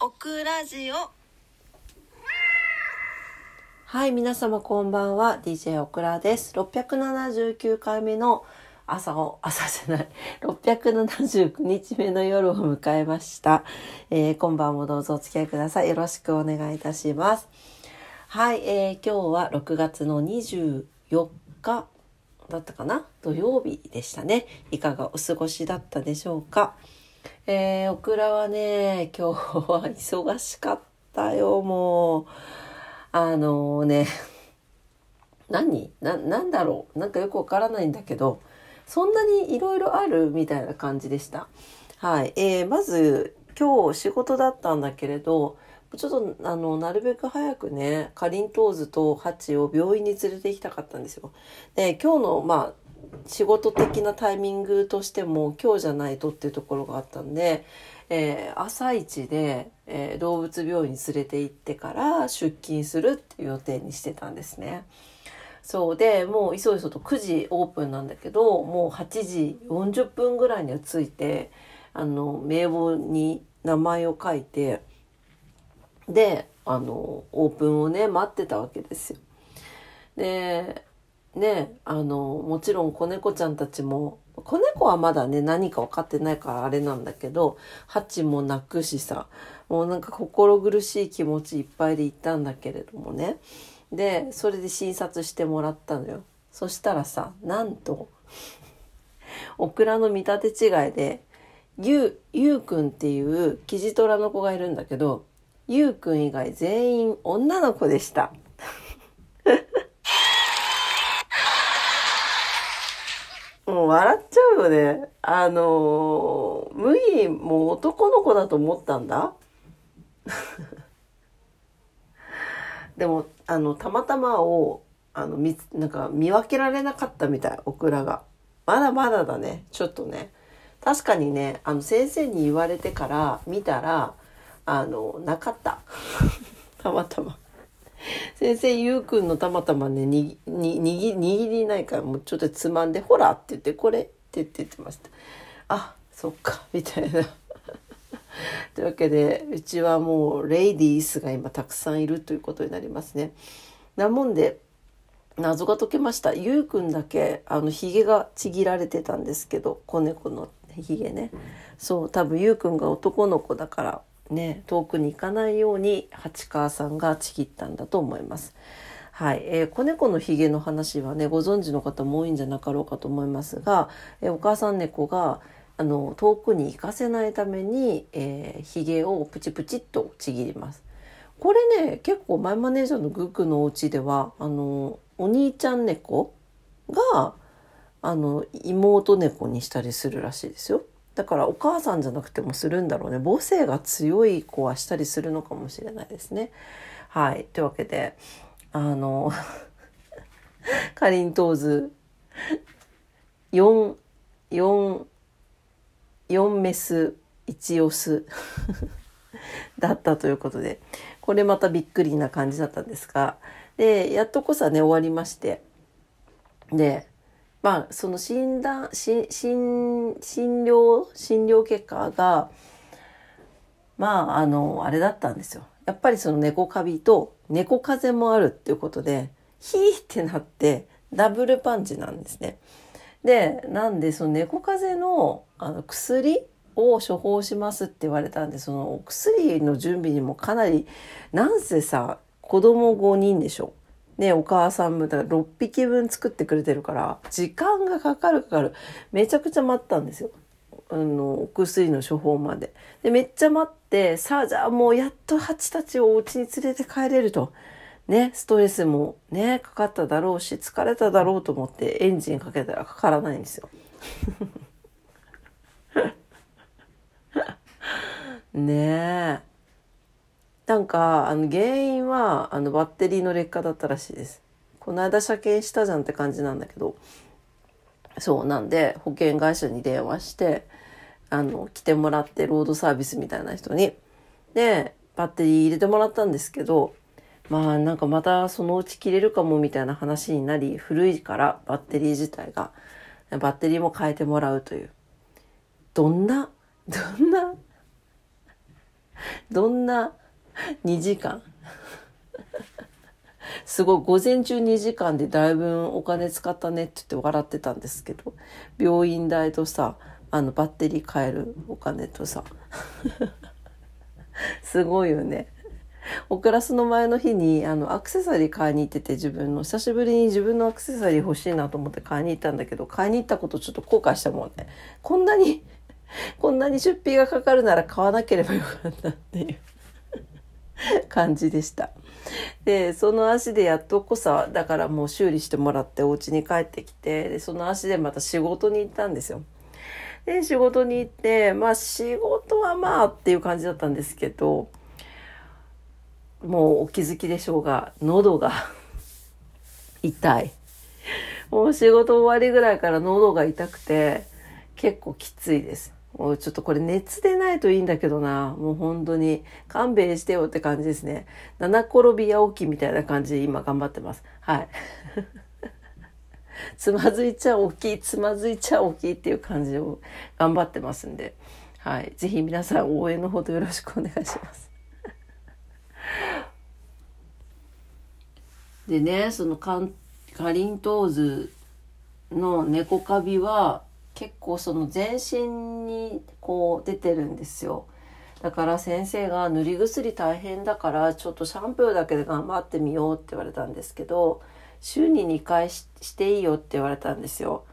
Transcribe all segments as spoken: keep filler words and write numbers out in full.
オクラジオ。 はい、皆様こんばんは。 ディージェー オクラです。ろっぴゃくななじゅうきゅうかいめの朝を朝じゃないろっぴゃくななじゅうくにちめの夜を迎えました、えー、今晩もどうぞお付き合いください。よろしくお願いいたします。はい、えー、今日はろくがつのにじゅうよっかだったかな、土曜日でしたね。いかがお過ごしだったでしょうか。えー、オクラはね、今日は忙しかったよ。もうあのね何な、なんだろうなんかよくわからないんだけど、そんなにいろいろあるみたいな感じでした。はい、えー、まず今日仕事だったんだけれど、ちょっとあのなるべく早くね、かりんとうずとハチを病院に連れて行きたかったんですよ。で、今日のまあ仕事的なタイミングとしても今日じゃないとっていうところがあったんで、えー、朝一で、えー、動物病院に連れて行ってから出勤するっていう予定にしてたんですね。そうで、もういそいそとくじオープンなんだけど、もうはちじよんじゅっぷんぐらいには着いて、あの名簿に名前を書いて、であのオープンをね待ってたわけですよ。でね、あのもちろん子猫ちゃんたちも、子猫はまだね何か分かってないからあれなんだけど、ハチも泣くしさ、もうなんか心苦しい気持ちいっぱいで行ったんだけれどもね。でそれで診察してもらったのよ。そしたらさ、なんとオクラの見立て違いで、ゆうゆうくんっていうキジトラの子がいるんだけど、ゆうくん以外全員女の子でした。もう笑っちゃうよね。あのー、麦も男の子だと思ったんだ。でもあのたまたまをあの見なんか見分けられなかったみたい、オクラが。まだまだだね、ちょっとね。確かにね、あの先生に言われてから見たらあのなかった。たまたま。先生ゆうくんのたまたまね、にに握握りないから、もうちょっとつまんで、ほらって言って、これって言って言ってました。あ、そっかみたいな。というわけで、うちはもうレイディースが今たくさんいるということになりますね。なもんで謎が解けました。ゆうくんだけあのひげがちぎられてたんですけど、子猫のひげね。そう、多分ゆうくんが男の子だからね、遠くに行かないように八川さんがちぎったんだと思います。はい、えー、子猫のひげの話はね、ご存知の方も多いんじゃなかろうかと思いますが、えー、お母さん猫があの遠くに行かせないために、えー、ひげをプチプチっとちぎります。これね、結構マイマネージャーのグックのお家では、あのお兄ちゃん猫があの妹猫にしたりするらしいですよ。だからお母さんじゃなくてもするんだろうね。母性が強い子はしたりするのかもしれないですね。はい、というわけで、あのかりんとうずよん、よん、よんメスいちオスだったということで、これまたびっくりな感じだったんですが、でやっとこさね終わりまして、でまあその診断診診診療診療結果がまああのあれだったんですよ。やっぱりその猫カビと猫風邪もあるっていうことで、ヒーってなってダブルパンチなんですね。でなんでその猫風邪のあの薬を処方しますって言われたんで、そのお薬の準備にもかなり、なんせさ子供ごにんでしょ。ね、お母さんもだからろっぴきぶん作ってくれてるから時間がかかるかかる。めちゃくちゃ待ったんですよ。あのお薬の処方まで。でめっちゃ待って、さあじゃあもうやっとハチたちをお家に連れて帰れると。ね、ストレスもねかかっただろうし疲れただろうと思ってエンジンかけたらかからないんですよ。ねえ、なんかあの原因はあのバッテリーの劣化だったらしいです。この間車検したじゃんって感じなんだけど、そうなんで保険会社に電話してあの来てもらって、ロードサービスみたいな人にでバッテリー入れてもらったんですけど、まあなんかまたそのうち切れるかもみたいな話になり、古いからバッテリー自体が、バッテリーも変えてもらうという、どんなどんなどんなにじかんすごい午前中にじかんでだいぶお金使ったねって言って笑ってたんですけど、病院代とさ、あのバッテリー買えるお金とさすごいよね。おクラスの前の日にあのアクセサリー買いに行ってて、自分の久しぶりに自分のアクセサリー欲しいなと思って買いに行ったんだけど、買いに行ったことちょっと後悔したもんね。こんなにこんなに出費がかかるなら買わなければよかったっていう感じでした。でその足でやっとこさ、だからもう修理してもらってお家に帰ってきて、でその足でまた仕事に行ったんですよ。で仕事に行って、まあ仕事はまあっていう感じだったんですけど、もうお気づきでしょうが、喉が痛い。もう仕事終わりぐらいから喉が痛くて結構きついです。もうちょっとこれ熱でないといいんだけどな、もう本当に勘弁してよって感じですね。七転び八起きみたいな感じで今頑張ってます。はいつまずいちゃ起き、つまずいちゃ起きっていう感じを頑張ってますんで、はい、ぜひ皆さん応援のほどよろしくお願いしますでね、そのかりんとう図の猫カビは結構その全身にこう出てるんですよ。だから先生が塗り薬大変だからちょっとシャンプーだけで頑張ってみようって言われたんですけど、週ににかい し, していいよって言われたんですよ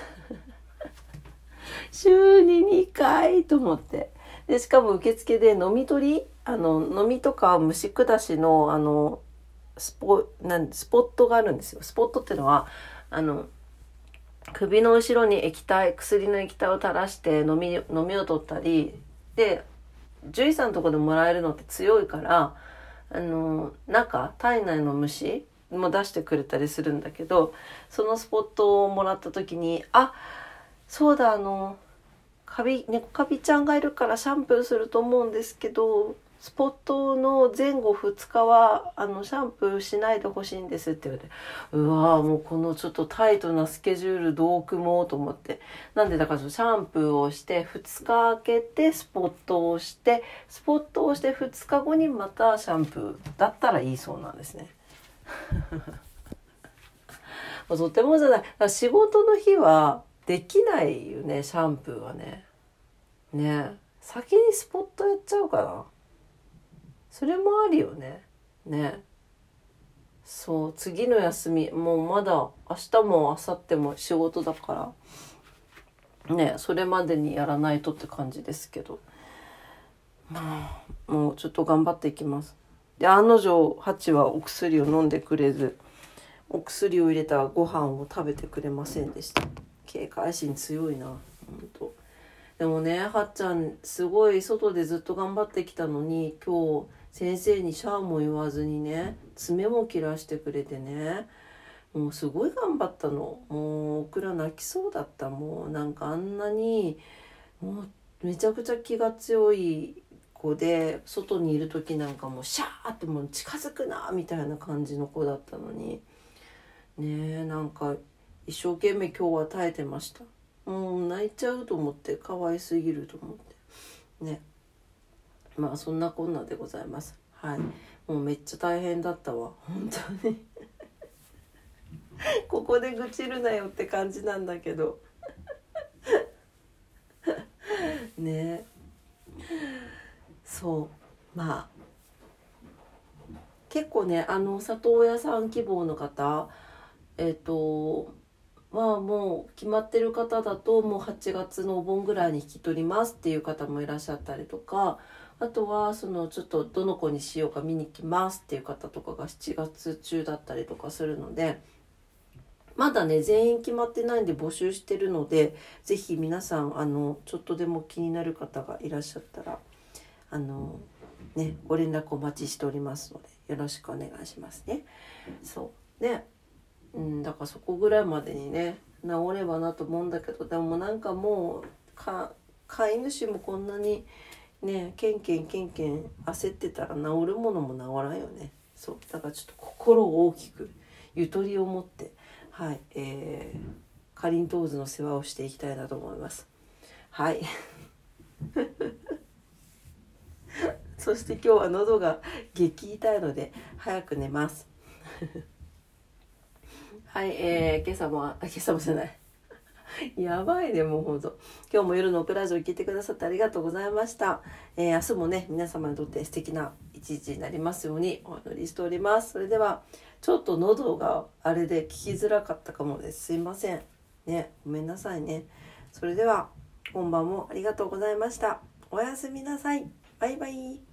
週ににかいと思って、でしかも受付で飲み取り、あの飲みとか虫下しのあのスポなんスポットがあるんですよ。スポットっていうのはあの首の後ろに液体、薬の液体を垂らして飲み飲みを取ったりで、獣医さんのところでもらえるのって強いから、あの中体内の虫も出してくれたりするんだけど、そのスポットをもらった時に、あ、そうだ、あのカビ猫カビちゃんがいるからシャンプーすると思うんですけど、スポットの前後ふつかはあのシャンプーしないでほしいんですって言われて、うわーもうこのちょっとタイトなスケジュールどう組もうと思って、なんでだからシャンプーをしてふつか空けてスポットをしてスポットをしてふつかごにまたシャンプーだったらいいそうなんですねとてもじゃない、だから仕事の日はできないよね、シャンプーはね。ね、先にスポットやっちゃうかな。それもあるよね。ね。そう、次の休み、もうまだ明日も明後日も仕事だから、ね、それまでにやらないとって感じですけど。まあ、もうちょっと頑張っていきます。で、案の定、ハチはお薬を飲んでくれず、お薬を入れたご飯を食べてくれませんでした。警戒心強いな、ほんと。でもね、はっちゃんすごい外でずっと頑張ってきたのに、今日先生にシャーも言わずにね、爪も切らしてくれてね、もうすごい頑張ったの。もうオクラ泣きそうだった。もうなんかあんなにもうめちゃくちゃ気が強い子で、外にいる時なんかもうシャーってもう近づくなみたいな感じの子だったのにね、えなんか一生懸命今日は耐えてました。もう泣いちゃうと思って、可愛すぎると思ってね。まあそんなこんなでございます。はい、もうめっちゃ大変だったわ本当にここで愚痴るなよって感じなんだけどね。そうまあ結構ね、あの里親さん希望の方、えっとまあもう決まってる方だともうはちがつのお盆ぐらいに引き取りますっていう方もいらっしゃったりとか、あとはそのちょっとどの子にしようか見に来ますっていう方とかがしちがつ中だったりとかするので、まだね全員決まってないんで募集してるので、ぜひ皆さんあのちょっとでも気になる方がいらっしゃったらあのねご連絡お待ちしておりますのでよろしくお願いしますね。そうね、うん、だからそこぐらいまでにね治ればなと思うんだけど、でもなんかもうか飼い主もこんなにねケンケンケンケン焦ってたら治るものも治らんよね。そうだからちょっと心を大きくゆとりを持ってはい、えー、かりんとう図の世話をしていきたいなと思います。はいそして今日は喉が激痛いので早く寝ますはい、えー、今朝も今朝もじゃないやばいね、もうほんと。今日も夜のオペラジオ聞いてくださってありがとうございました。えー、明日もね、皆様にとって素敵な一日になりますようにお祈りしております。それでは、ちょっと喉があれで聞きづらかったかもです。すいません。ね、ごめんなさいね。それでは、今晩もありがとうございました。おやすみなさい。バイバイ。